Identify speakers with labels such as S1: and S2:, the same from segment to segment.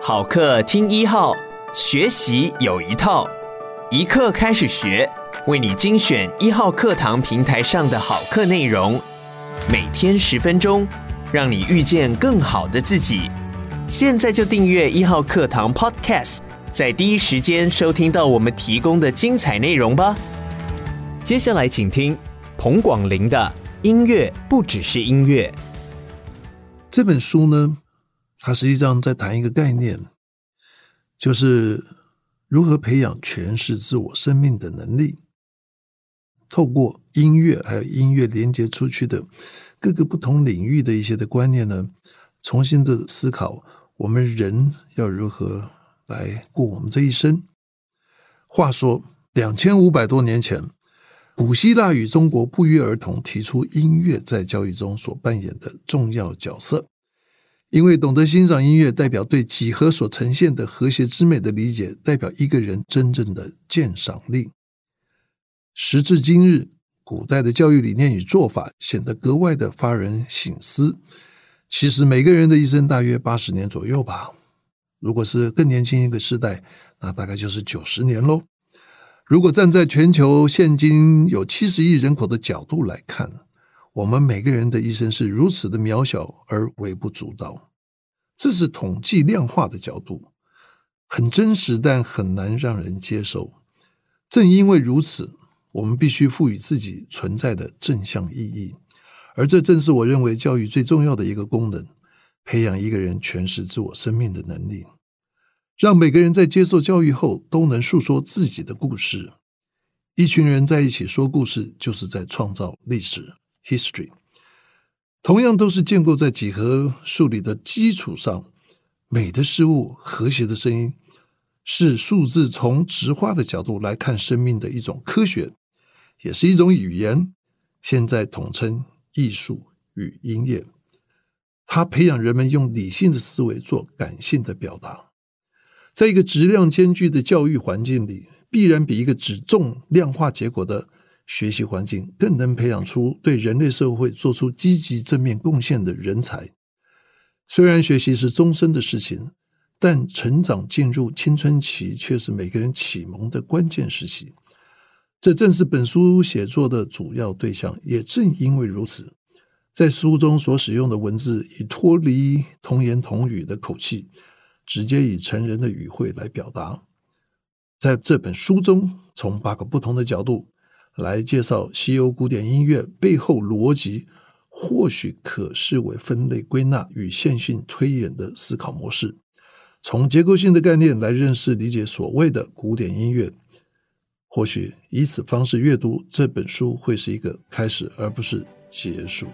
S1: 好课听一号，学习有一套，一课开始学，为你精选一号课堂平台上的好课内容，每天10分钟，让你遇见更好的自己。现在就订阅一号课堂 Podcast， 在第一时间收听到我们提供的精彩内容吧。接下来请听彭广林的音乐不只是音乐。
S2: 这本书呢，它实际上在谈一个概念，就是如何培养诠释自我生命的能力。透过音乐还有音乐连接出去的各个不同领域的一些的观念呢，重新的思考我们人要如何来过我们这一生。话说2500多年前，古希腊与中国不约而同提出音乐在教育中所扮演的重要角色。因为懂得欣赏音乐，代表对几何所呈现的和谐之美的理解，代表一个人真正的鉴赏力。时至今日，古代的教育理念与做法显得格外的发人省思。其实每个人的一生大约80年左右吧，如果是更年轻一个世代，那大概就是90年咯。如果站在全球现今有70亿人口的角度来看，我们每个人的一生是如此的渺小而微不足道，这是统计量化的角度，很真实，但很难让人接受。正因为如此，我们必须赋予自己存在的正向意义，而这正是我认为教育最重要的一个功能，培养一个人诠释自我生命的能力，让每个人在接受教育后都能述说自己的故事。一群人在一起说故事，就是在创造历史History， 同样都是建构在几何数理的基础上。美的事物、和谐的声音，是数字从质化的角度来看生命的一种科学，也是一种语言，现在统称艺术与音乐。它培养人们用理性的思维做感性的表达。在一个质量兼具的教育环境里，必然比一个只重量化结果的学习环境更能培养出对人类社会做出积极正面贡献的人才。虽然学习是终身的事情，但成长进入青春期却是每个人启蒙的关键时期。这正是本书写作的主要对象，也正因为如此，在书中所使用的文字以脱离童言童语的口气，直接以成人的语汇来表达。在这本书中，从8个不同的角度来介绍西欧古典音乐背后逻辑，或许可视为分类归纳与线性推演的思考模式，从结构性的概念来认识理解所谓的古典音乐。或许以此方式阅读这本书会是一个开始，而不是结束。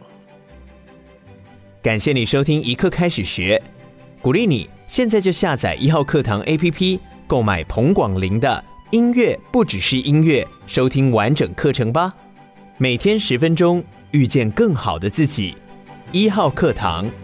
S1: 感谢你收听一课开始学，鼓励你现在就下载一号课堂 APP， 购买彭广林的音乐不只是音乐，收听完整课程吧。每天10分钟，遇见更好的自己。一号课堂。